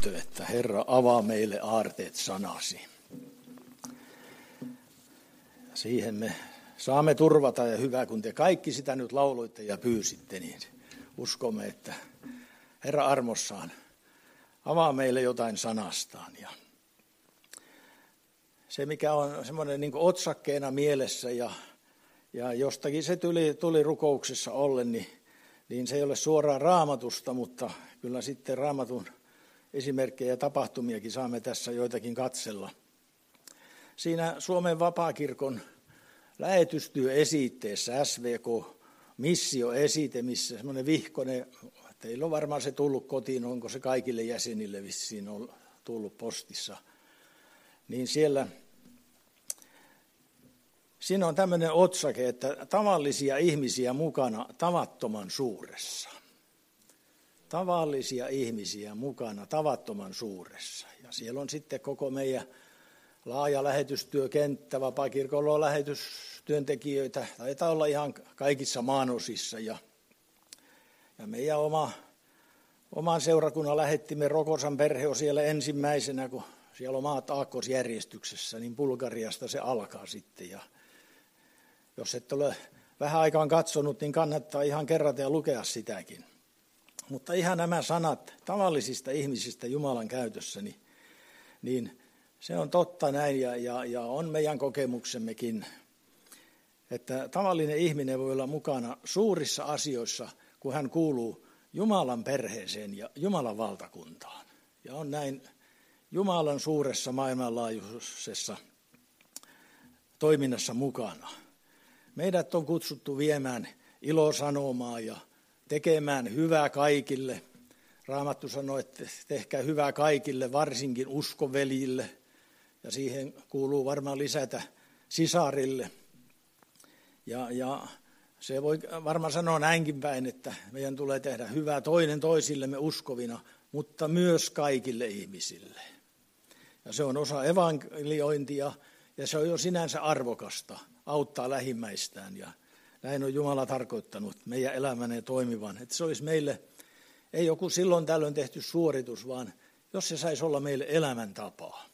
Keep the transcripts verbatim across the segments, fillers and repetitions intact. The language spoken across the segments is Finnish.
pyyntö, että Herra avaa meille aarteet sanasi. Ja siihen me saamme turvata ja hyvä, kun te kaikki sitä nyt lauloitte ja pyysitte, niin uskomme, että Herra armossaan avaa meille jotain sanastaan. Ja se, mikä on semmoinen niin kuin otsakkeena mielessä ja, ja jostakin se tuli, tuli rukouksessa ollen, niin, niin se ei ole suoraan Raamatusta, mutta kyllä sitten Raamatun esimerkkejä ja tapahtumiakin saamme tässä joitakin katsella. Siinä Suomen Vapaakirkon lähetystyöesitteessä S V K-missioesite, missä semmoinen vihkonen, teillä on varmaan se tullut kotiin, onko se kaikille jäsenille vissiin on tullut postissa, niin siellä siinä on tämmöinen otsake, että tavallisia ihmisiä mukana tavattoman suuressa. Tavallisia ihmisiä mukana tavattoman suuressa. Ja siellä on sitten koko meidän laaja lähetystyökenttä, Vapaakirkolla on lähetystyöntekijöitä, taitaa olla ihan kaikissa maanosissa. Ja, ja meidän oma, oman seurakunnan lähettimme Rokosan perhe on siellä ensimmäisenä, kun siellä on maat aakkosjärjestyksessä, niin Bulgariasta se alkaa sitten. Ja jos et ole vähän aikaan katsonut, niin kannattaa ihan kerrata ja lukea sitäkin. Mutta ihan nämä sanat tavallisista ihmisistä Jumalan käytössä, niin, niin se on totta näin ja, ja, ja on meidän kokemuksemmekin, että tavallinen ihminen voi olla mukana suurissa asioissa, kun hän kuuluu Jumalan perheeseen ja Jumalan valtakuntaan. Ja on näin Jumalan suuressa maailmanlaajuisessa toiminnassa mukana. Meidät on kutsuttu viemään ilosanomaa ja tekemään hyvää kaikille. Raamattu sanoo, että tehkää hyvää kaikille, varsinkin uskoveljille. Ja siihen kuuluu varmaan lisätä sisarille. Ja, ja se voi varmaan sanoa näinkin päin, että meidän tulee tehdä hyvää toinen toisillemme uskovina, mutta myös kaikille ihmisille. Ja se on osa evankeliointia ja se on jo sinänsä arvokasta auttaa lähimmäistään. Ja näin on Jumala tarkoittanut meidän elämänne toimivan. Että se olisi meille, ei joku silloin tällöin tehty suoritus, vaan jos se saisi olla meille elämäntapaa.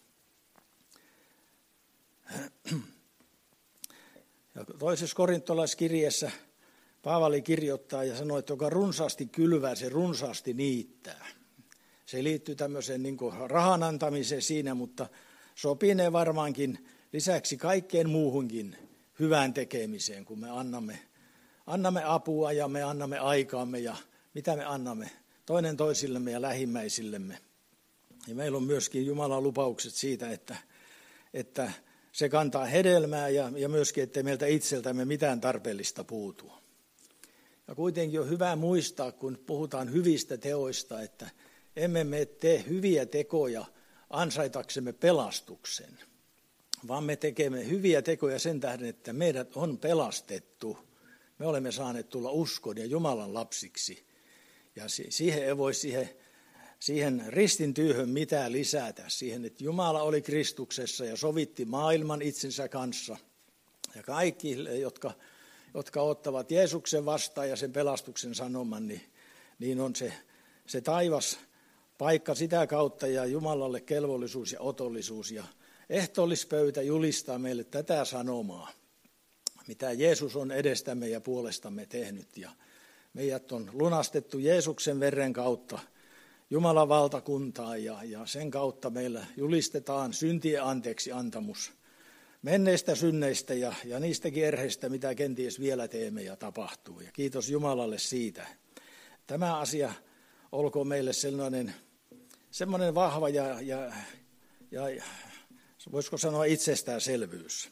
Ja toisessa korintolaiskirjeessä Paavali kirjoittaa ja sanoo, että joka runsaasti kylvää, se runsaasti niittää. Se liittyy tämmöiseen niin kuin rahan antamiseen siinä, mutta sopinee varmaankin lisäksi kaikkeen muuhunkin hyvään tekemiseen, kun me annamme, annamme apua ja me annamme aikaamme ja mitä me annamme toinen toisillemme ja lähimmäisillemme. Ja meillä on myöskin Jumalan lupaukset siitä, että, että se kantaa hedelmää ja, ja myöskin, ettei meiltä itseltämme mitään tarpeellista puutu. Ja kuitenkin on hyvä muistaa, kun puhutaan hyvistä teoista, että emme me tee hyviä tekoja ansaitaksemme pelastuksen, vaan me tekemme hyviä tekoja sen tähden, että meidät on pelastettu. Me olemme saaneet tulla uskon ja Jumalan lapsiksi. Ja siihen ei voi siihen, siihen ristin työhön mitään lisätä. Siihen, että Jumala oli Kristuksessa ja sovitti maailman itsensä kanssa. Ja kaikki, jotka, jotka ottavat Jeesuksen vastaan ja sen pelastuksen sanoman, niin, niin on se, se taivas paikka sitä kautta ja Jumalalle kelvollisuus ja otollisuus. Ja ehtoollispöytä julistaa meille tätä sanomaa, mitä Jeesus on edestämme ja puolestamme tehnyt. Ja meidät on lunastettu Jeesuksen verren kautta Jumalan valtakuntaan ja, ja sen kautta meillä julistetaan syntien anteeksi antamus menneistä synneistä ja, ja niistäkin erheistä, mitä kenties vielä teemme ja tapahtuu. Ja kiitos Jumalalle siitä. Tämä asia olkoon meille sellainen, sellainen vahva ja, ja, ja voisiko sanoa itsestäänselvyys.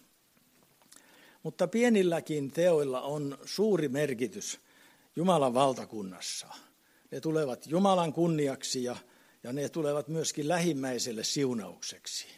Mutta pienilläkin teoilla on suuri merkitys Jumalan valtakunnassa. Ne tulevat Jumalan kunniaksi ja, ja ne tulevat myöskin lähimmäiselle siunaukseksi.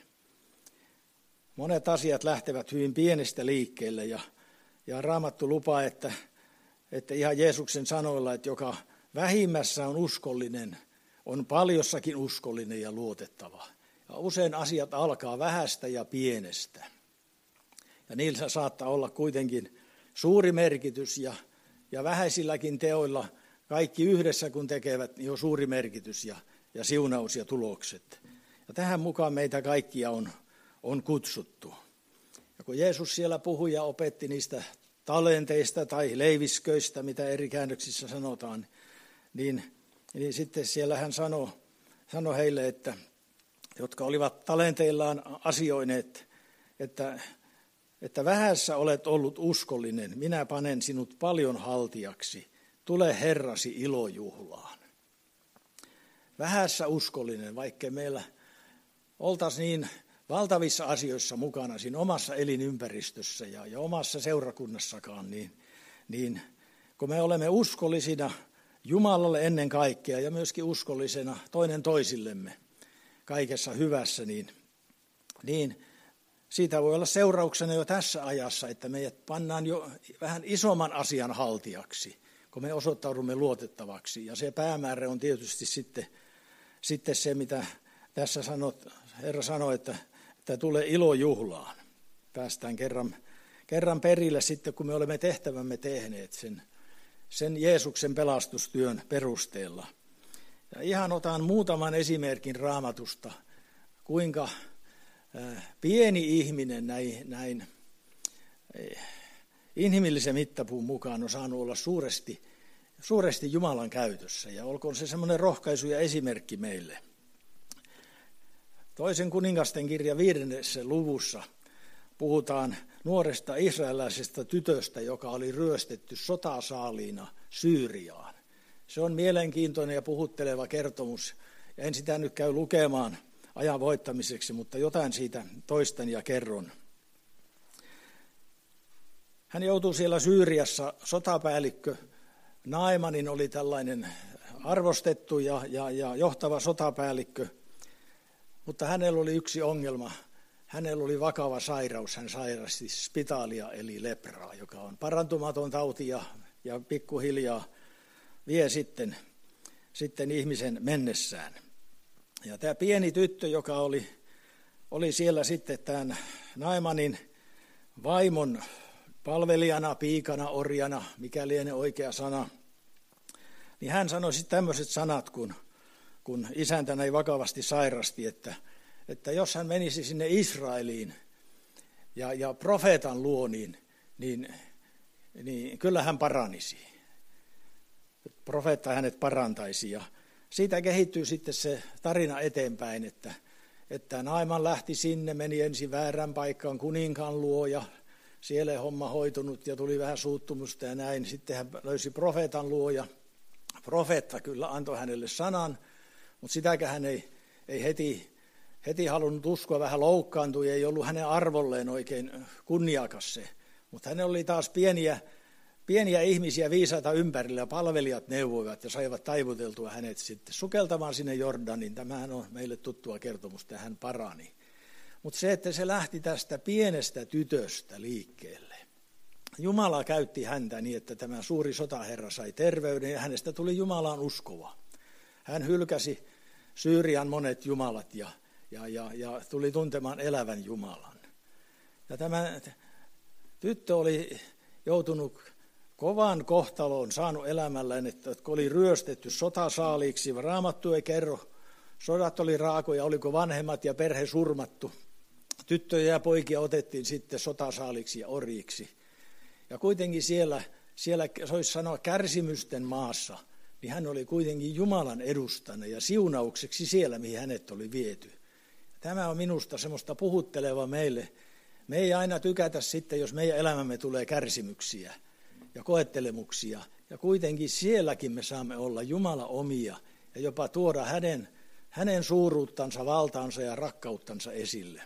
Monet asiat lähtevät hyvin pienestä liikkeelle ja, ja Raamattu lupaa, että, että ihan Jeesuksen sanoilla, että joka vähimmässä on uskollinen, on paljossakin uskollinen ja luotettava. Ja usein asiat alkaa vähästä ja pienestä. Ja niillä saattaa olla kuitenkin suuri merkitys ja, ja vähäisilläkin teoilla kaikki yhdessä kun tekevät, niin on suuri merkitys. Ja ja siunaus ja tulokset. Ja tähän mukaan meitä kaikkia on, on kutsuttu. Ja kun Jeesus siellä puhui ja opetti niistä talenteista tai leivisköistä, mitä eri käännöksissä sanotaan, niin, niin sitten siellä hän sanoi, sanoi heille, että, jotka olivat talenteillaan asioineet, että, että vähässä olet ollut uskollinen, minä panen sinut paljon haltijaksi, tule Herrasi ilojuhlaan. Vähässä uskollinen, vaikka meillä oltaisiin niin valtavissa asioissa mukana siinä omassa elinympäristössä ja, ja omassa seurakunnassakaan, niin, niin kun me olemme uskollisina Jumalalle ennen kaikkea ja myöskin uskollisena toinen toisillemme kaikessa hyvässä, niin, niin siitä voi olla seurauksena jo tässä ajassa, että meidät pannaan jo vähän isomman asian haltijaksi, kun me osoittaudumme luotettavaksi. Ja se päämäärä on tietysti sitten, sitten se, mitä tässä sanot, Herra sanoi, että, että tulee ilojuhlaan. Päästään kerran, kerran perille sitten, kun me olemme tehtävämme tehneet sen, sen Jeesuksen pelastustyön perusteella. Ja ihan otan muutaman esimerkin Raamatusta, kuinka pieni ihminen näin, näin inhimillisen mittapuun mukaan on saanut olla suuresti, suuresti Jumalan käytössä. Ja olkoon se semmoinen rohkaisu ja esimerkki meille. Toisen kuningasten kirja viidennessä luvussa puhutaan nuoresta israelaisesta tytöstä, joka oli ryöstetty sotasaaliina Syyriaan. Se on mielenkiintoinen ja puhutteleva kertomus. Ja en sitä nyt käy lukemaan ajan voittamiseksi, mutta jotain siitä toistan ja kerron. Hän joutui siellä Syyriassa, sotapäällikkö Naamanin oli tällainen arvostettu ja, ja, ja johtava sotapäällikkö, mutta hänellä oli yksi ongelma. Hänellä oli vakava sairaus, hän sairasti spitaalia eli lepraa, joka on parantumaton tauti ja, ja pikkuhiljaa vie sitten, sitten ihmisen mennessään. Ja tämä pieni tyttö, joka oli, oli siellä sitten tämän Naamanin vaimon palvelijana, piikana, orjana, mikä lienee oikea sana, niin hän sanoi sitten tämmöiset sanat, kun, kun isäntä näin vakavasti sairasti, että, että jos hän menisi sinne Israeliin ja, ja profeetan luo, niin, niin, niin kyllä hän paranisi. Profeetta hänet parantaisi ja siitä kehittyy sitten se tarina eteenpäin, että, että Naaman lähti sinne, meni ensin väärän paikkaan kuninkaan luo ja siellä homma hoitunut ja tuli vähän suuttumusta ja näin. Sitten hän löysi profeetan luo ja profeetta kyllä antoi hänelle sanan, mutta sitäkään hän ei, ei heti, heti halunnut uskoa, vähän loukkaantui, ei ollut hänen arvolleen oikein kunniakas se. Mutta hänellä oli taas pieniä, pieniä ihmisiä viisaita ympärillä ja palvelijat neuvoivat ja saivat taivuteltua hänet sitten sukeltamaan sinne Jordanin. Tämähän on meille tuttua kertomusta ja hän parani. Mutta se, että se lähti tästä pienestä tytöstä liikkeelle. Jumala käytti häntä niin, että tämä suuri sotaherra sai terveyden ja hänestä tuli Jumalaan uskova. Hän hylkäsi Syyrian monet jumalat ja, ja, ja, ja tuli tuntemaan elävän Jumalan. Ja tämä tyttö oli joutunut kovan kohtaloon, saanut elämällään, että oli ryöstetty sotasaaliiksi. Raamattu ei kerro, sodat oli raakoja, oliko vanhemmat ja perhe surmattu. Tyttöjä ja poikia otettiin sitten sotasaaliksi ja orjiksi. Ja kuitenkin siellä, siellä soisi sanoa kärsimysten maassa, niin hän oli kuitenkin Jumalan edustana ja siunaukseksi siellä, mihin hänet oli viety. Tämä on minusta semmoista puhutteleva meille. Me ei aina tykätä sitten, jos meidän elämämme tulee kärsimyksiä ja koettelemuksia. Ja kuitenkin sielläkin me saamme olla Jumala omia ja jopa tuoda hänen, hänen suuruuttansa, valtaansa ja rakkauttansa esille.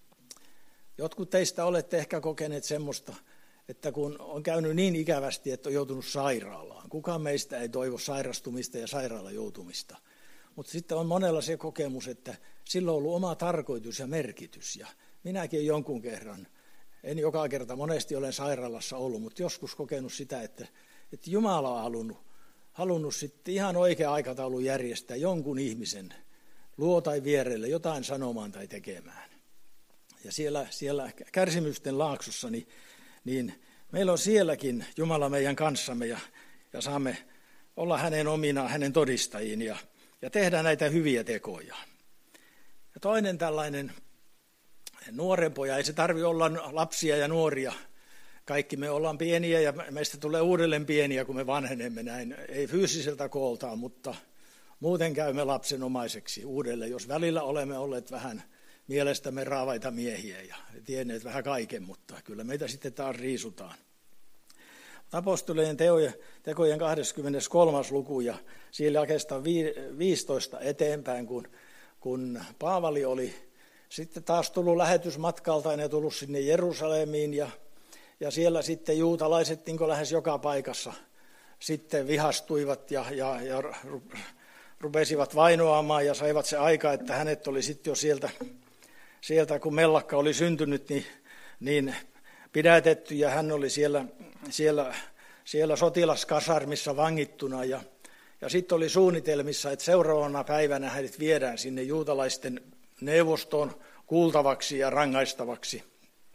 Jotkut teistä olette ehkä kokeneet semmoista, että kun on käynyt niin ikävästi, että on joutunut sairaalaan. Kukaan meistä ei toivo sairastumista ja sairaalaan joutumista. Mutta sitten on monella se kokemus, että sillä on ollut oma tarkoitus ja merkitys. Ja minäkin jonkun kerran, en joka kerta, monesti olen sairaalassa ollut, mutta joskus kokenut sitä, että, että Jumala on halunnut, halunnut sitten ihan oikea aikataulu järjestää jonkun ihmisen luo tai vierelle jotain sanomaan tai tekemään. Ja siellä, siellä kärsimysten laaksossa, niin, niin meillä on sielläkin Jumala meidän kanssamme ja, ja saamme olla hänen omina, hänen todistajiin. Ja, ja tehdä näitä hyviä tekoja. Ja toinen tällainen nuoren poja, ei se tarvitse olla lapsia ja nuoria. Kaikki me ollaan pieniä ja meistä tulee uudelleen pieniä, kun me vanhenemme näin. Ei fyysiseltä kooltaan, mutta muuten käymme lapsenomaiseksi uudelleen, jos välillä olemme olleet vähän mielestämme raavaita miehiä ja tienneet vähän kaiken, mutta kyllä meitä sitten taas riisutaan. Apostolien tekojen kaksikymmentäkolmas luku ja siellä oikeastaan viisitoista eteenpäin, kun, kun Paavali oli sitten taas tullut lähetysmatkalta ja tullut sinne Jerusalemiin ja, ja siellä sitten juutalaiset niin kuin lähes joka paikassa sitten vihastuivat ja, ja, ja rupesivat vainoamaan ja saivat se aika, että hänet oli sitten jo sieltä, sieltä kun mellakka oli syntynyt, niin, niin pidätetty ja hän oli siellä, siellä, siellä sotilaskasarmissa vangittuna ja, ja sitten oli suunnitelmissa, että seuraavana päivänä hänet viedään sinne juutalaisten neuvostoon kuultavaksi ja rangaistavaksi.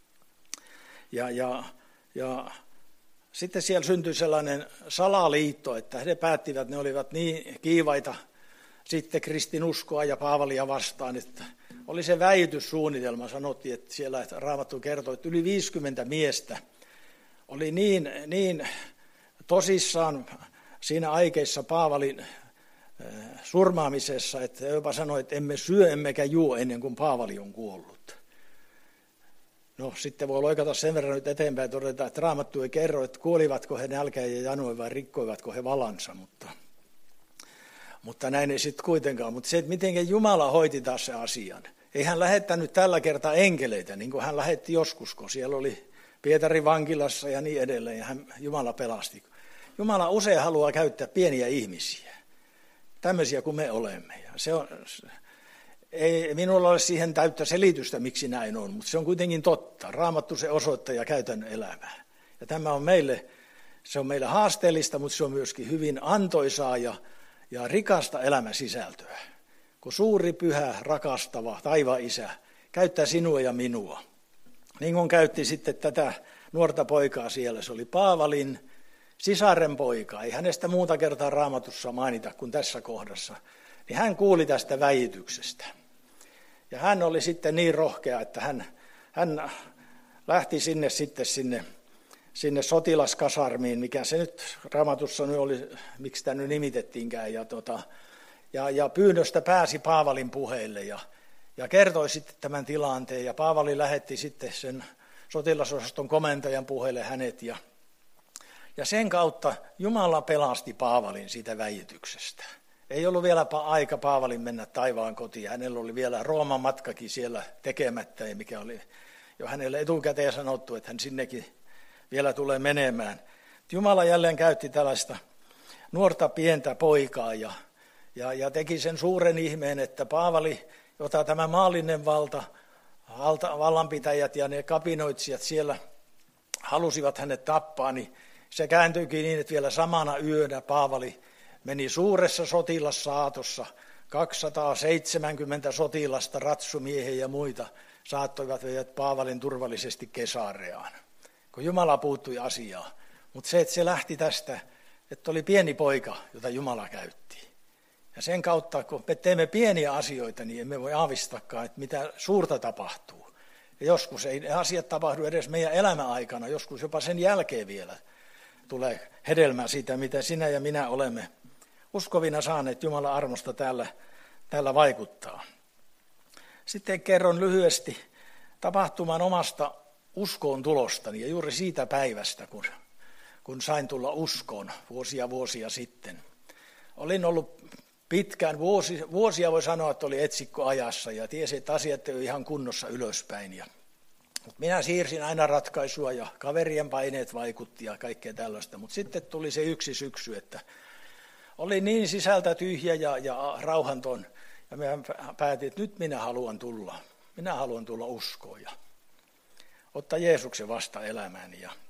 Ja, ja, ja sitten siellä syntyi sellainen salaliitto, että he päättivät, että ne olivat niin kiivaita sitten kristinuskoa ja Paavalia vastaan, että oli se väityssuunnitelma, sanottiin, että siellä Raamattu kertoi, että yli viisikymmentä miestä oli niin, niin tosissaan siinä aikeissa Paavalin surmaamisessa, että jopa sanoi, että emme syö emmekä juo ennen kuin Paavali on kuollut. No sitten voi loikata sen verran nyt eteenpäin ja todeta, että Raamattu ei kerro, että kuolivatko he nälkään ja janoin vai rikkoivatko he valansa, mutta, mutta näin ei sitten kuitenkaan. Mutta se, että miten Jumala hoiti taas se asian. Ei hän lähettänyt tällä kertaa enkeleitä, niin kuin hän lähetti joskus, kun siellä oli Pietarin vankilassa ja niin edelleen, ja hän, Jumala pelasti. Jumala usein haluaa käyttää pieniä ihmisiä, tämmöisiä kuin me olemme. Ja se on, ei minulla ole siihen täyttä selitystä, miksi näin on, mutta se on kuitenkin totta. Raamattu se osoittaa ja käytännön elämää. Ja tämä on meille, se on meille haasteellista, mutta se on myöskin hyvin antoisaa ja, ja rikasta elämän sisältöä. Kun suuri, pyhä, rakastava taivaan isä käyttää sinua ja minua. Niin kuin käytti sitten tätä nuorta poikaa siellä, se oli Paavalin sisaren poika, ei hänestä muuta kertaa Raamatussa mainita kuin tässä kohdassa, niin hän kuuli tästä väityksestä. Ja hän oli sitten niin rohkea, että hän, hän lähti sinne sitten sinne, sinne sotilaskasarmiin, mikä se nyt Raamatussa nyt oli, miksi sitä nyt nimitettiinkään, ja, tota, ja, ja pyynnöstä pääsi Paavalin puheille ja, ja kertoi sitten tämän tilanteen, ja Paavali lähetti sitten sen sotilasosaston komentajan puheille hänet, ja Ja sen kautta Jumala pelasti Paavalin siitä väityksestä. Ei ollut vielä aika Paavalin mennä taivaan kotiin. Hänellä oli vielä Rooman matkakin siellä tekemättä, mikä oli jo hänelle etukäteen sanottu, että hän sinnekin vielä tulee menemään. Jumala jälleen käytti tällaista nuorta pientä poikaa ja, ja, ja teki sen suuren ihmeen, että Paavali, jota tämä maallinen valta, vallanpitäjät ja ne kapinoitsijat siellä halusivat hänet tappaa, niin se kääntyikin niin, että vielä samana yönä Paavali meni suuressa sotilassaatossa. kaksisataaseitsemänkymmentä sotilasta, ratsumiehiä ja muita saattoivat viedä Paavalin turvallisesti Kesareaan, kun Jumala puuttui asiaan. Mutta se, että se lähti tästä, että oli pieni poika, jota Jumala käytti. Ja sen kautta, kun me teemme pieniä asioita, niin emme voi aavistakaan, että mitä suurta tapahtuu. Ja joskus ei ne asiat tapahdu edes meidän elämäaikana, joskus jopa sen jälkeen vielä tulee hedelmää siitä, mitä sinä ja minä olemme uskovina saaneet Jumalan armosta täällä, täällä vaikuttaa. Sitten kerron lyhyesti tapahtuman omasta uskoon tulostani ja juuri siitä päivästä, kun, kun sain tulla uskoon vuosia vuosia sitten. Olin ollut pitkään, vuosi, vuosia voi sanoa, että oli etsikkoajassa ja tiesi, että asiat ei ole ihan kunnossa ylöspäin. Ja minä siirsin aina ratkaisua ja kaverien paineet vaikutti ja kaikkea tällaista, mutta sitten tuli se yksi syksy, että oli niin sisältä tyhjä ja, ja rauhanton ja minä päätin, että nyt minä haluan tulla, minä haluan tulla uskoon ja ottaa Jeesuksen vasta elämääni. Ja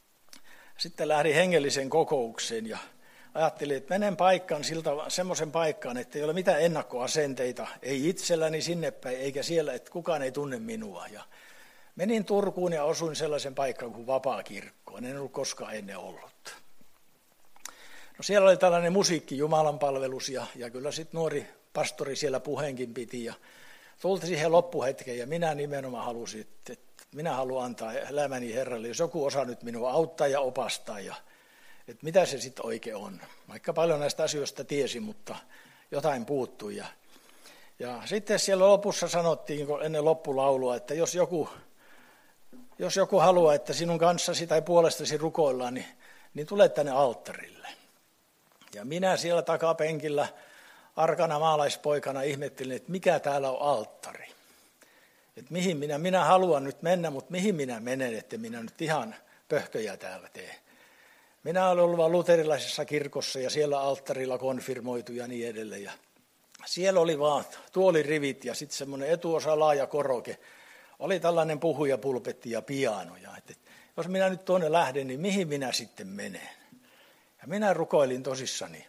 sitten lähdin hengelliseen kokoukseen ja ajattelin, että menen paikkaan siltä, semmoisen paikkaan, että ei ole mitään ennakkoasenteita, ei itselläni sinne päin eikä siellä, että kukaan ei tunne minua. Ja menin Turkuun ja osuin sellaisen paikkaan kuin Vapaa kirkko. En ollut koskaan ennen ollut. No siellä oli tällainen musiikki, Jumalan palvelus ja, ja kyllä sitten nuori pastori siellä puheenkin piti ja tultiin siihen loppuhetkeen ja minä nimenomaan halusin, että, että minä haluan antaa elämäni Herralle, jos joku osaa nyt minua auttaa ja opastaa ja että mitä se sitten oikein on. Vaikka paljon näistä asioista tiesi, mutta jotain puuttui. Ja, ja sitten siellä lopussa sanottiin ennen loppulaulua, että jos joku, jos joku haluaa, että sinun kanssasi tai puolestasi rukoillaan, niin, niin tule tänne alttarille. Ja minä siellä takapenkillä arkana maalaispoikana ihmettelin, että mikä täällä on alttari. Että mihin minä, minä haluan nyt mennä, mutta mihin minä menen, että minä nyt ihan pöhköjä täällä teen. Minä olen ollut vain luterilaisessa kirkossa ja siellä alttarilla konfirmoitu ja niin edelleen. Ja siellä oli vaan tuolirivit ja sitten semmoinen etuosa laaja koroke. Oli tällainen puhujapulpetti ja piano. Ja että jos minä nyt tuonne lähden, niin mihin minä sitten menen? Ja minä rukoilin tosissani.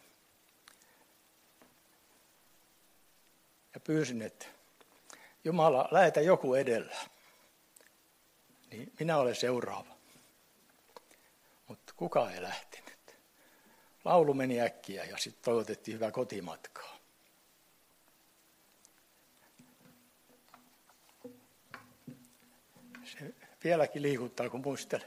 Ja pyysin, että Jumala, lähetä joku edellä. Niin minä olen seuraava. Mutta kukaan ei lähtenyt. Laulu meni äkkiä ja sitten toivotettiin hyvää kotimatkaa. Se vieläkin liikuttaa, kun muistelen.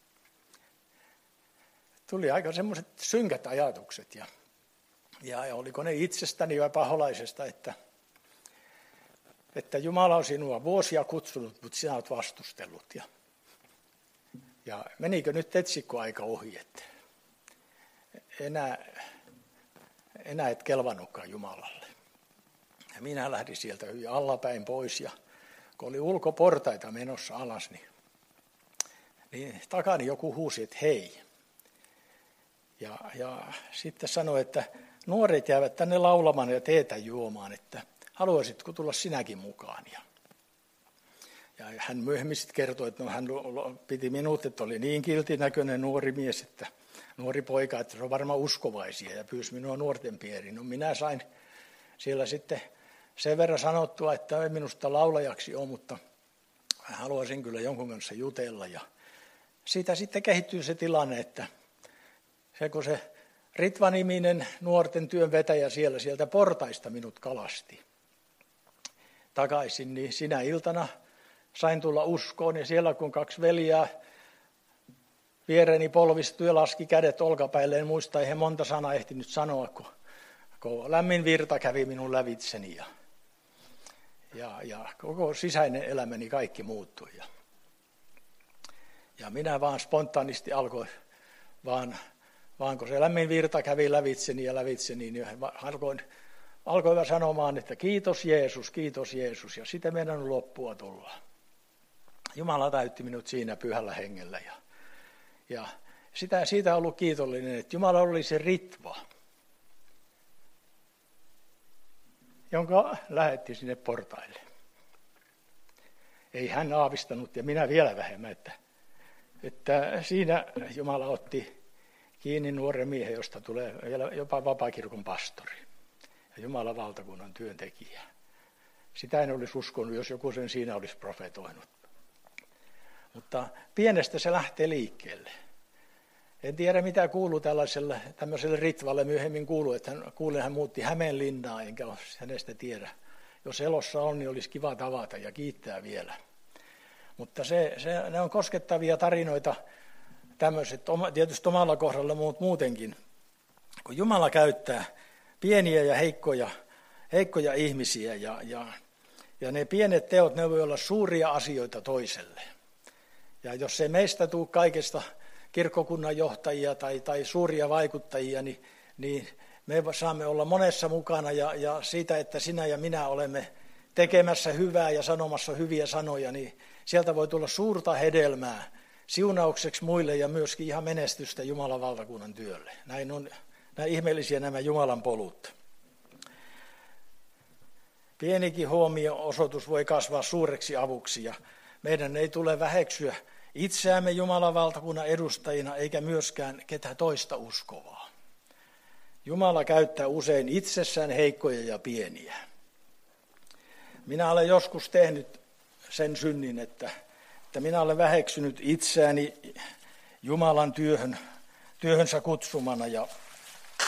Tuli aika semmoiset synkät ajatukset ja, ja oliko ne itsestäni vai paholaisesta, että, että Jumala on sinua vuosia kutsunut, mutta sinä olet vastustellut. Ja, ja menikö nyt etsikkoaika ohi, että enää, enää et kelvannutkaan Jumalalle. Ja minä lähdin sieltä hyvin allapäin pois ja kun oli ulkoportaita menossa alas, niin, niin takani joku huusi, että hei. Ja, ja sitten sanoi, että nuoret jäävät tänne laulamaan ja teetä juomaan, että haluaisitko tulla sinäkin mukaan. Ja, ja hän myöhemmin sitten kertoi, että no, hän piti minut, että oli niin kiltinäköinen nuori mies, että nuori poika, että se on varmaan uskovaisia ja pyysi minua nuorten piiriin. No minä sain siellä sitten sen verran sanottua, että ei minusta laulajaksi ole, mutta haluaisin kyllä jonkun kanssa jutella. Ja siitä sitten kehittyy se tilanne, että se kun se Ritva-niminen nuorten työnvetäjä siellä sieltä portaista minut kalasti takaisin, niin sinä iltana sain tulla uskoon ja siellä kun kaksi veljää viereeni polvistui ja laski kädet olkapäille, en muista, ei he monta sanaa ehtinyt sanoa, kun, kun lämmin virta kävi minun lävitseni ja, ja, ja koko sisäinen elämäni kaikki muuttui. Ja, ja minä vaan spontaanisti alkoin vaan Vaan kun se lämmin virta kävi lävitseni ja lävitseni, niin alkoin, alkoin sanomaan, että kiitos Jeesus, kiitos Jeesus. Ja sitten meidän loppua tulla. Jumala täytti minut siinä pyhällä hengellä. Ja, ja sitä, siitä on ollut kiitollinen, että Jumala oli se Ritva, jonka lähetti sinne portaille. Ei hän aavistanut ja minä vielä vähemmän, että, että siinä Jumala otti kiinni nuoren miehen, josta tulee jopa vapaakirkon pastori ja Jumalan valtakunnan työntekijä. Sitä en olisi uskonut, jos joku sen siinä olisi profetoinut. Mutta pienestä se lähtee liikkeelle. En tiedä, mitä kuuluu tällaiselle, tämmöiselle Ritvalle. Myöhemmin kuuluu, että hän, kuulin, hän muutti Hämeenlinnaan, enkä ole hänestä tiedä. Jos elossa on, niin olisi kiva tavata ja kiittää vielä. Mutta se, se, ne on koskettavia tarinoita. Tämmöiset, tietysti omalla kohdalla, mutta muutenkin, kun Jumala käyttää pieniä ja heikkoja, heikkoja ihmisiä, ja, ja, ja ne pienet teot, ne voi olla suuria asioita toiselle. Ja jos ei meistä tule kaikesta kirkkokunnan johtajia tai, tai suuria vaikuttajia, niin, niin me saamme olla monessa mukana, ja, ja siitä, että sinä ja minä olemme tekemässä hyvää ja sanomassa hyviä sanoja, niin sieltä voi tulla suurta hedelmää, siunaukseksi muille ja myöskin ihan menestystä Jumalan valtakunnan työlle. Näin on näin ihmeellisiä nämä Jumalan polut. Pienikin huomio-osoitus voi kasvaa suureksi avuksi ja meidän ei tule väheksyä itseämme Jumalan valtakunnan edustajina eikä myöskään ketä toista uskovaa. Jumala käyttää usein itsessään heikkoja ja pieniä. Minä olen joskus tehnyt sen synnin, että että minä olen väheksynyt itseäni Jumalan työhön, työhönsä kutsumana ja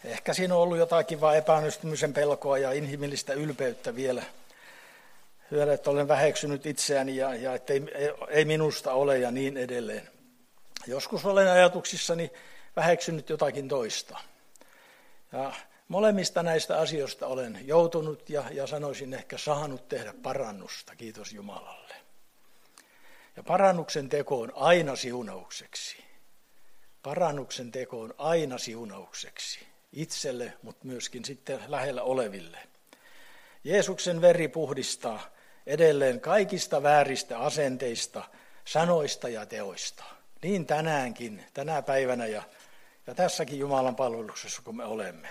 Ehkä siinä on ollut jotakin vaan epäonnistumisen pelkoa ja inhimillistä ylpeyttä vielä. Hyvä, että olen väheksynyt itseäni ja, ja että ei, ei minusta ole ja niin edelleen. Joskus olen ajatuksissani väheksynyt jotakin toista. Ja molemmista näistä asioista olen joutunut ja, ja sanoisin ehkä saanut tehdä parannusta, kiitos Jumalalle. Ja parannuksen teko on aina siunaukseksi. Parannuksen teko on aina siunaukseksi itselle, mutta myöskin sitten lähellä oleville. Jeesuksen veri puhdistaa edelleen kaikista vääristä asenteista, sanoista ja teoista. Niin tänäänkin, tänä päivänä ja, ja tässäkin Jumalan palveluksessa, kun me olemme.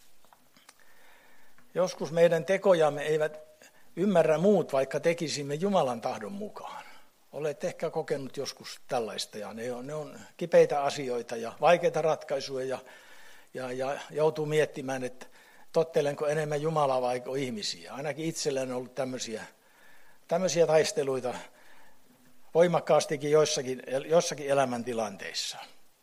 Joskus meidän tekojamme eivät ymmärrä muut, vaikka tekisimme Jumalan tahdon mukaan. Olet ehkä kokenut joskus tällaista ja ne on, ne on kipeitä asioita ja vaikeita ratkaisuja ja, ja, ja joutuu miettimään, että tottelenko enemmän Jumalaa vai ihmisiä. Ainakin itselläni on ollut tämmöisiä, tämmöisiä taisteluita voimakkaastikin joissakin, jossakin elämäntilanteissa.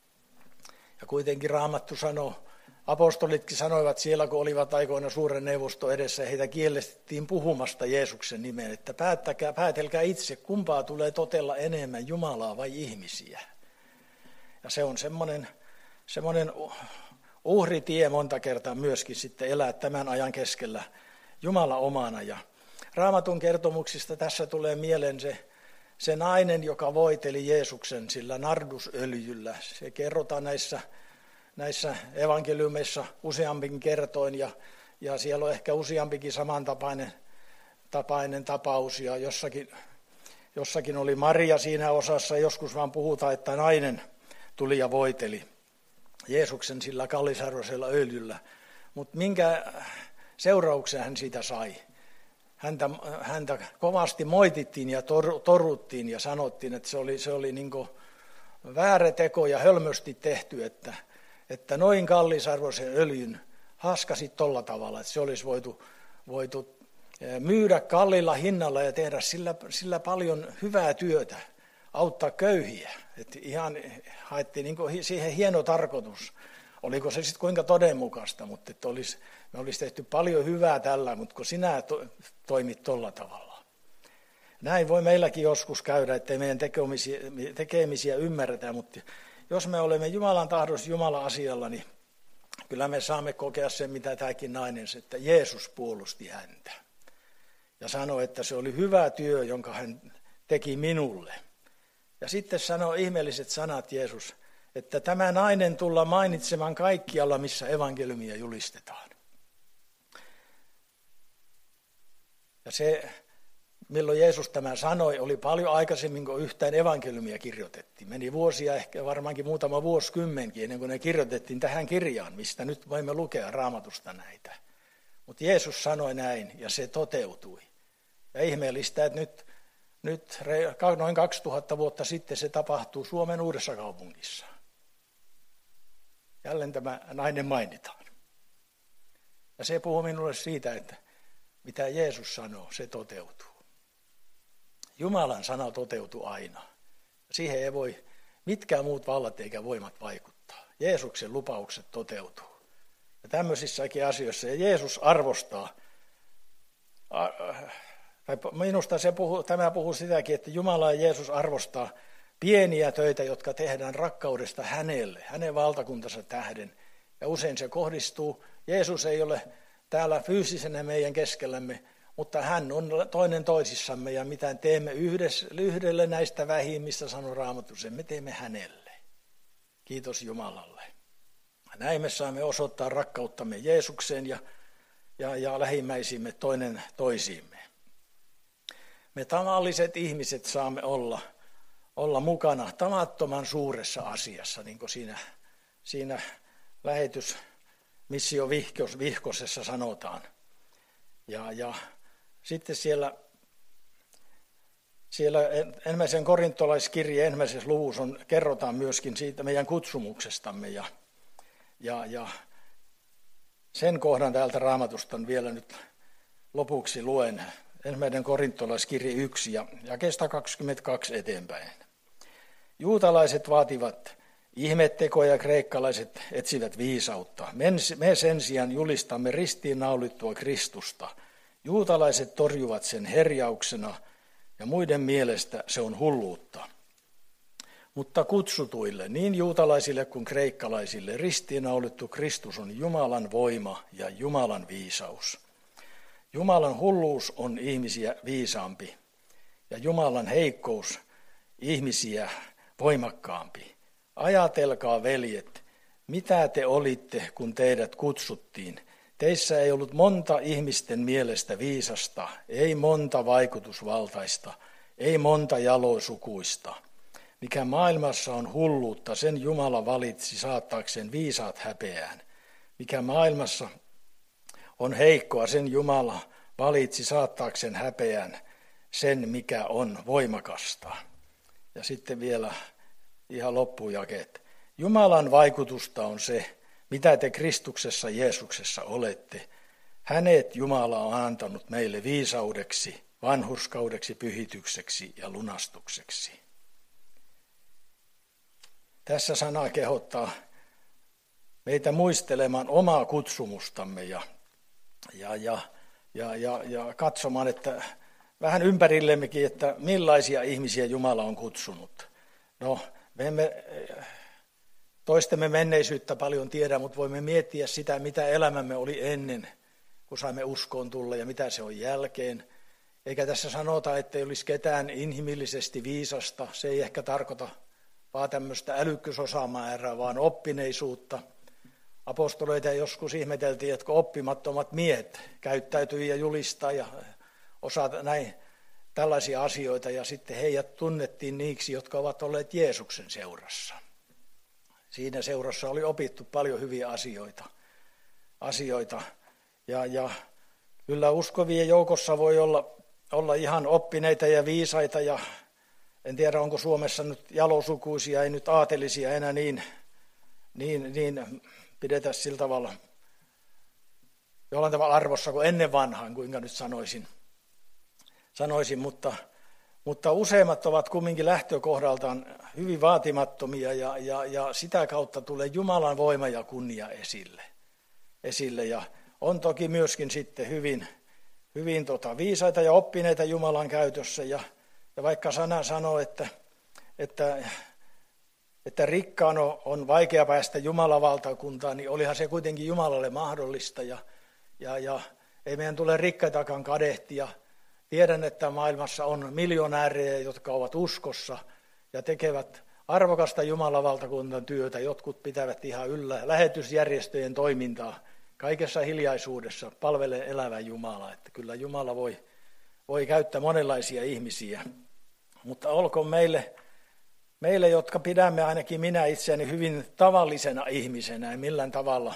Ja kuitenkin Raamattu sanoo, apostolitkin sanoivat siellä, kun olivat aikoina suuren neuvoston edessä, heitä kiellettiin puhumasta Jeesuksen nimeen, että päättäkää, päätelkää itse, kumpaa tulee totella enemmän, Jumalaa vai ihmisiä. Ja se on semmoinen, semmoinen uhritie monta kertaa myöskin sitten elää tämän ajan keskellä Jumala omana. Ja Raamatun kertomuksista tässä tulee mieleen se, se nainen, joka voiteli Jeesuksen sillä nardusöljyllä. Se kerrotaan näissä Näissä evankeliumeissa useampikin kertoin ja, ja siellä on ehkä useampikin samantapainen tapainen tapaus ja jossakin, jossakin oli Maria siinä osassa, joskus vaan puhutaan, että nainen tuli ja voiteli Jeesuksen sillä kallisarvoisella öljyllä. Mutta minkä seurauksen hän siitä sai? Häntä, häntä kovasti moitittiin ja tor, toruttiin ja sanottiin, että se oli, se oli niin kuin väärä teko ja hölmösti tehty, että että noin kallisarvoisen öljyn haskasit tolla tavalla, että se olisi voitu, voitu myydä kalliilla hinnalla ja tehdä sillä, sillä paljon hyvää työtä, auttaa köyhiä. Että ihan haettiin niin kuin siihen hieno tarkoitus. Oliko se sitten kuinka todenmukaista, mutta että olisi, me olisi tehty paljon hyvää tällä, mutta kun sinä to, toimit tolla tavalla. Näin voi meilläkin joskus käydä, ettei meidän tekemisiä, tekemisiä ymmärretä, mutta jos me olemme Jumalan tahdossa Jumalan asialla, niin kyllä me saamme kokea sen, mitä tämäkin nainen, että Jeesus puolusti häntä. Ja sanoi, että se oli hyvä työ, jonka hän teki minulle. Ja sitten sanoi ihmeelliset sanat Jeesus, että tämä nainen tullaan mainitsemaan kaikkialla, missä evankeliumia julistetaan. Ja se, milloin Jeesus tämän sanoi, oli paljon aikaisemmin, kun yhtään evankeliumia kirjoitettiin. Meni vuosia, ehkä varmaankin muutama vuosikymmenkin, ennen kuin ne kirjoitettiin tähän kirjaan, mistä nyt voimme lukea Raamatusta näitä. Mutta Jeesus sanoi näin, ja se toteutui. Ja ihmeellistä, että nyt, nyt noin kaksituhatta vuotta sitten se tapahtuu Suomen Uudessa Kaupungissa. Jälleen tämä nainen mainitaan. Ja se puhuu minulle siitä, että mitä Jeesus sanoo, se toteutuu. Jumalan sana toteutuu aina. Siihen ei voi mitkään muut vallat eikä voimat vaikuttaa. Jeesuksen lupaukset toteutuu. Ja tämmöisissäkin asioissa ja Jeesus arvostaa. Minusta se puhuu, tämä puhuu sitäkin, että Jumala ja Jeesus arvostaa pieniä töitä, jotka tehdään rakkaudesta hänelle, hänen valtakuntansa tähden. Ja usein se kohdistuu. Jeesus ei ole täällä fyysisenä meidän keskellämme, mutta hän on toinen toisissamme ja mitä teemme yhdessä, yhdelle näistä vähimmistä, sanoo Raamattu, sen me teemme hänelle. Kiitos Jumalalle. Näin me saamme osoittaa rakkauttamme Jeesukseen ja, ja, ja lähimmäisimme toinen toisiimme. Me tavalliset ihmiset saamme olla, olla mukana tavattoman suuressa asiassa, niin kuin siinä, siinä lähetysmissio vihkosessa sanotaan. Ja, ja sitten siellä, siellä ensimmäisen korintolaiskirjeen ensimmäisessä luvussa on, kerrotaan myöskin siitä meidän kutsumuksestamme. Ja, ja, ja sen kohdan täältä Raamatusta vielä nyt lopuksi luen. Ensimmäinen korintolaiskirje yksi ja jakeesta kaksikymmentäkaksi eteenpäin. Juutalaiset vaativat, ihmettekoja kreikkalaiset etsivät viisautta. Me sen sijaan julistamme ristiinnaulittua Kristusta. Juutalaiset torjuvat sen herjauksena ja muiden mielestä se on hulluutta. Mutta kutsutuille, niin juutalaisille kuin kreikkalaisille, ristiinnaulittu Kristus on Jumalan voima ja Jumalan viisaus. Jumalan hulluus on ihmisiä viisaampi ja Jumalan heikkous ihmisiä voimakkaampi. Ajatelkaa, veljet, mitä te olitte, kun teidät kutsuttiin. Teissä ei ollut monta ihmisten mielestä viisasta, ei monta vaikutusvaltaista, ei monta jalosukuista. Mikä maailmassa on hulluutta, sen Jumala valitsi saattaakseen viisaat häpeään. Mikä maailmassa on heikkoa, sen Jumala valitsi saattaakseen häpeään sen, mikä on voimakasta. Ja sitten vielä ihan loppujakeet. Jumalan vaikutusta on se, mitä te Kristuksessa Jeesuksessa olette. Hänet Jumala on antanut meille viisaudeksi, vanhurskaudeksi, pyhitykseksi ja lunastukseksi. Tässä sana kehottaa meitä muistelemaan omaa kutsumustamme ja, ja, ja, ja, ja, ja katsomaan, että vähän ympärillemmekin, että millaisia ihmisiä Jumala on kutsunut. No, me emme toistemme menneisyyttä paljon tiedä, mutta voimme miettiä sitä, mitä elämämme oli ennen, kun saimme uskoon tulla ja mitä se on jälkeen. Eikä tässä sanota, että ei olisi ketään inhimillisesti viisasta. Se ei ehkä tarkoita vaan tämmöistä älykkyysosamäärää, vaan oppineisuutta. Apostoleita joskus ihmeteltiin, että oppimattomat miehet käyttäytyy ja julistaa ja osaa näin tällaisia asioita. Ja sitten heidät tunnettiin niiksi, jotka ovat olleet Jeesuksen seurassa. Siinä seurassa oli opittu paljon hyviä asioita. asioita. Ja, ja kyllä uskovien joukossa voi olla, olla ihan oppineita ja viisaita ja en tiedä, onko Suomessa nyt jalosukuisia, ei nyt aatelisia enää niin, niin, niin pidetä sillä tavalla, jollain tavalla arvossa kuin ennen vanhaan, kuinka nyt sanoisin. sanoisin mutta, mutta useimmat ovat kumminkin lähtökohdaltaan hyvin vaatimattomia ja, ja, ja sitä kautta tulee Jumalan voima ja kunnia esille. esille. Ja on toki myöskin sitten hyvin, hyvin tota, viisaita ja oppineita Jumalan käytössä ja Ja vaikka sana sanoo, että, että, että rikkaan on vaikea päästä Jumalan valtakuntaan, niin olihan se kuitenkin Jumalalle mahdollista. Ja, ja, ja ei meidän tule rikkaitakaan kadehtia. Tiedän, että maailmassa on miljonäärejä, jotka ovat uskossa ja tekevät arvokasta Jumalan valtakunnan työtä. Jotkut pitävät ihan yllä lähetysjärjestöjen toimintaa. Kaikessa hiljaisuudessa palvelee elävää Jumalaa. Että kyllä Jumala voi, voi käyttää monenlaisia ihmisiä. Mutta olkoon meille, meille, jotka pidämme ainakin minä itseäni hyvin tavallisena ihmisenä, en millään tavalla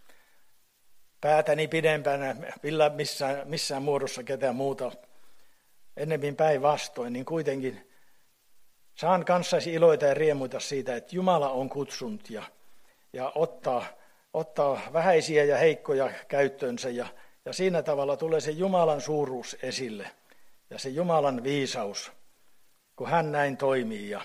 päätäni pidempänä, missään, missään muodossa ketään muuta, ennemmin päinvastoin, niin kuitenkin saan kanssasi iloita ja riemuita siitä, että Jumala on kutsunut ja, ja ottaa, ottaa vähäisiä ja heikkoja käyttöönsä ja, ja siinä tavalla tulee se Jumalan suuruus esille ja se Jumalan viisaus, kun hän näin toimii. Ja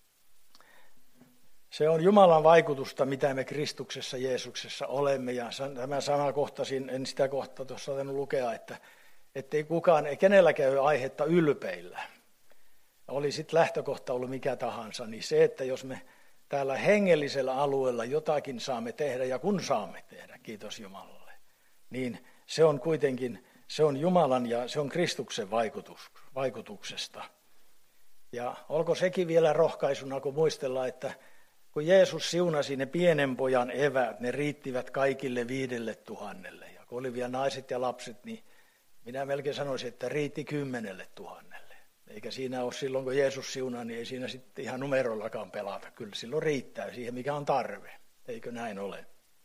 se on Jumalan vaikutusta, mitä me Kristuksessa Jeesuksessa olemme. Ja tämä sama kohtasin, en sitä kohtaa tuossa tainnut lukea, että ettei kukaan, ei kenelläkään ole aihetta ylpeillä. Oli sitten lähtökohta ollut mikä tahansa, niin se, että jos me täällä hengellisellä alueella jotakin saamme tehdä, ja kun saamme tehdä, kiitos Jumalalle, niin se on kuitenkin, se on Jumalan ja se on Kristuksen vaikutus, vaikutuksesta. Ja olko sekin vielä rohkaisuna, kun muistellaan, että kun Jeesus siunasi ne pienen pojan eväät, ne riittivät kaikille viidelle tuhannelle. Ja kun oli vielä naiset ja lapset, niin minä melkein sanoisin, että riitti kymmenelle tuhannelle. Eikä siinä ole silloin, kun Jeesus siunaa, niin ei siinä sitten ihan numerollakaan pelata. Kyllä silloin riittää siihen, mikä on tarve. Eikö näin ole?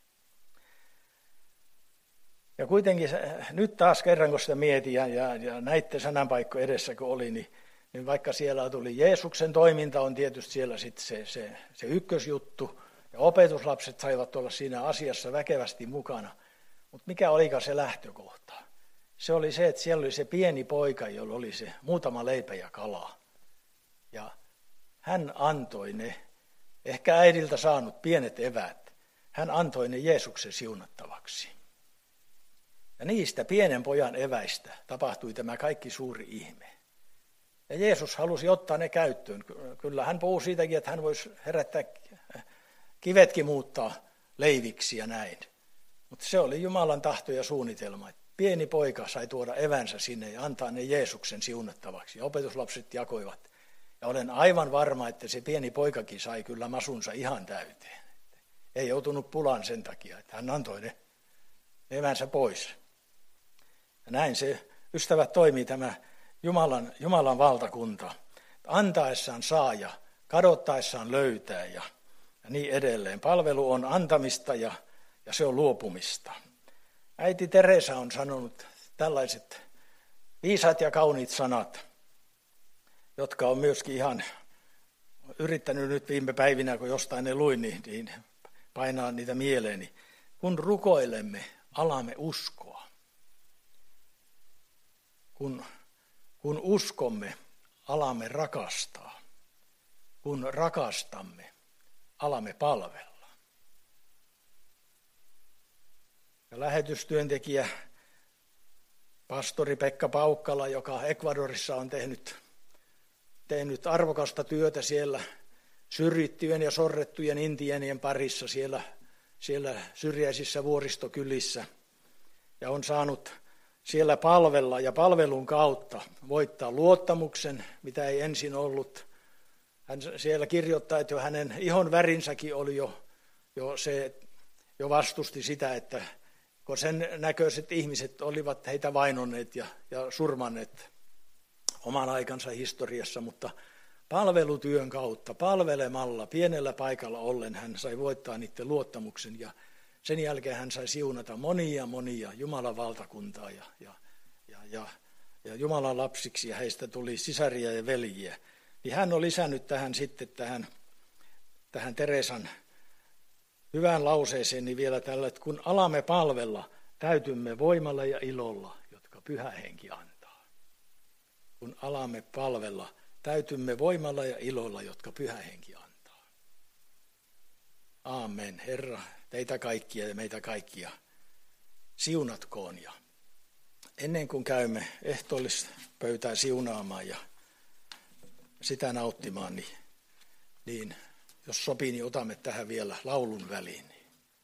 Ja kuitenkin nyt taas kerran, kun sitä mietin ja, ja, ja näitte sananpaikko edessä, kun oli, niin Niin vaikka siellä tuli Jeesuksen toiminta, on tietysti siellä sitten se, se, se ykkösjuttu, ja opetuslapset saivat olla siinä asiassa väkevästi mukana. Mutta mikä olikaan se lähtökohta? Se oli se, että siellä oli se pieni poika, jolla oli se muutama leipä ja kala. Ja hän antoi ne ehkä äidiltä saanut pienet eväät, hän antoi ne Jeesuksen siunattavaksi. Ja niistä pienen pojan eväistä tapahtui tämä kaikki suuri ihme. Ja Jeesus halusi ottaa ne käyttöön. Kyllä hän puhuu siitäkin, että hän voisi herättää kivetkin muuttaa leiviksi ja näin. Mutta se oli Jumalan tahto ja suunnitelma. Pieni poika sai tuoda evänsä sinne ja antaa ne Jeesuksen siunattavaksi. Ja opetuslapset jakoivat. Ja olen aivan varma, että se pieni poikakin sai kyllä masunsa ihan täyteen. Ei joutunut pulaan sen takia, että hän antoi ne evänsä pois. Ja näin se, ystävät, toimii tämä Jumalan, Jumalan valtakunta. Antaessaan saa ja kadottaessaan löytää ja, ja niin edelleen. Palvelu on antamista ja, ja se on luopumista. Äiti Teresa on sanonut tällaiset viisaat ja kauniit sanat, jotka on myöskin ihan yrittänyt nyt viime päivinä, kun jostain ne luin, niin, niin painaa niitä mieleeni. Kun rukoilemme, alamme uskoa. Kun, kun uskomme, alamme rakastaa. Kun rakastamme, alamme palvella. Ja lähetystyöntekijä, pastori Pekka Paukkala, joka Ecuadorissa on tehnyt, tehnyt arvokasta työtä siellä syrjittyjen ja sorrettujen intiaanien parissa siellä, siellä syrjäisissä vuoristokylissä ja on saanut siellä palvella ja palvelun kautta voittaa luottamuksen, mitä ei ensin ollut. Hän siellä kirjoittaa, että jo hänen ihon värinsäkin oli jo, jo, se, jo vastusti sitä, että kun sen näköiset ihmiset olivat heitä vainonneet ja, ja surmanneet oman aikansa historiassa, mutta palvelutyön kautta, palvelemalla, pienellä paikalla ollen hän sai voittaa niiden luottamuksen ja sen jälkeen hän sai siunata monia monia Jumalan valtakuntaa ja, ja, ja, ja, ja Jumalan lapsiksi ja heistä tuli sisaria ja veljiä. Niin hän on lisännyt tähän sitten tähän, tähän Teresan hyvään lauseeseen niin vielä tällä, että kun alamme palvella, täytymme voimalla ja ilolla, jotka Pyhä Henki antaa. Kun alamme palvella, täytymme voimalla ja ilolla, jotka Pyhä Henki antaa. Aamen. Herra, teitä kaikkia ja meitä kaikkia siunatkoon. Ja ennen kuin käymme ehtoollispöytää siunaamaan ja sitä nauttimaan, niin, niin jos sopii, niin otamme tähän vielä laulun väliin.